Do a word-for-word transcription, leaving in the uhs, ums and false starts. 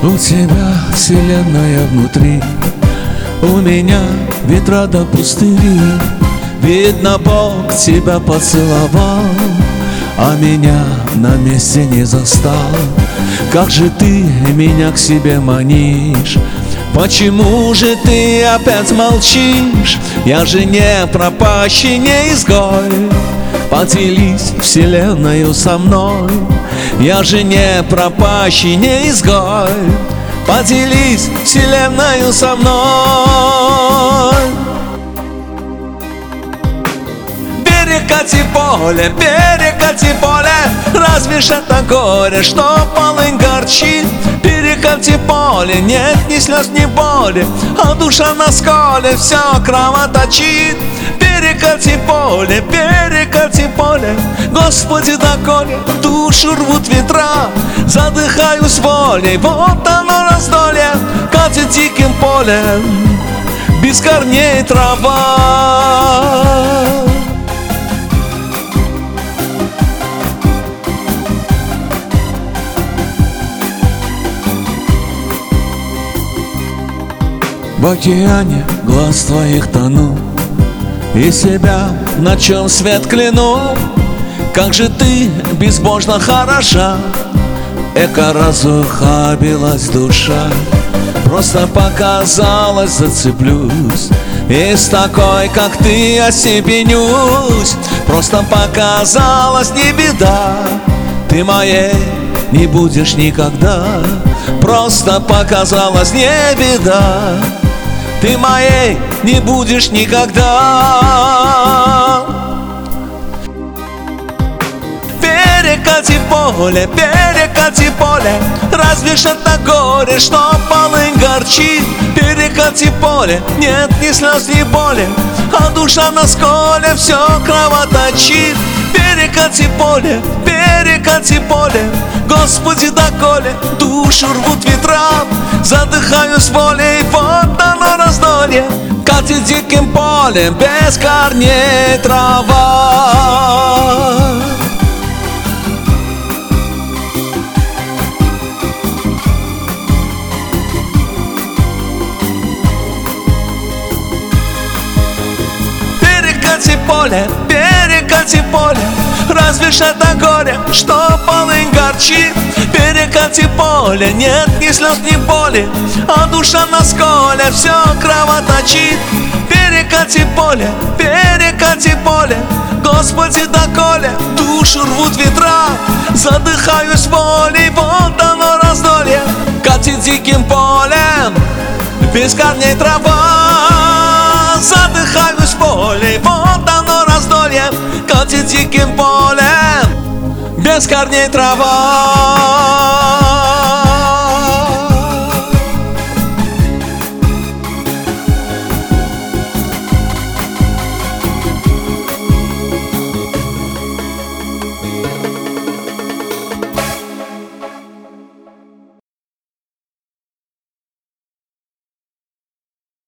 У тебя вселенная внутри, у меня ветра до пустыри. Видно, Бог тебя поцеловал, а меня на месте не застал. Как же ты меня к себе манишь? Почему же ты опять молчишь? Я же не пропащий, не изгой. Поделись вселенною со мной. Я же не пропащий, не изгой. Поделись вселенную со мной. Перекати поле, перекати поле, разве ж это горе, что полынь горчит? Перекати поле, нет ни слез, ни боли, а душа на сколе все кровоточит. Перекати поле, перекати поле, Господи, доколе душу рвут ветра. Задыхаюсь волей, вот оно раздолье, катит диким полем, без корней трава. В океане глаз твоих тону, и себя, на чем свет кляну. Как же ты безбожно хороша, эко разухабилась душа. Просто показалось, зацеплюсь, и с такой, как ты, осепенюсь. Просто показалось, не беда, ты моей не будешь никогда. Просто показалось, не беда, ты моей не будешь никогда. Перекати поле, перекати поле, разве ж это горе, что полынь горчит? Перекати поле, нет ни слез, ни боли, а душа на сколе все кровоточит. Перекати поле, перекати поле, Господи, доколе душу рвут ветра. Задыхаюсь волей, вот оно раздолье, катит диким полем, без корней трава. Перекати поле, перекати поле, разве ж это горе, что полынь горчит? Перекати поле, нет ни слез, ни боли, а душа на сколе все кровоточит. Перекати поле, перекати поле, Господи, доколе душу рвут ветра. Задыхаюсь волей, вот оно раздолье, катит диким полем, без корней трава. Задыхаюсь волей, вот оно раздолье, катит диким полем, без корней трава.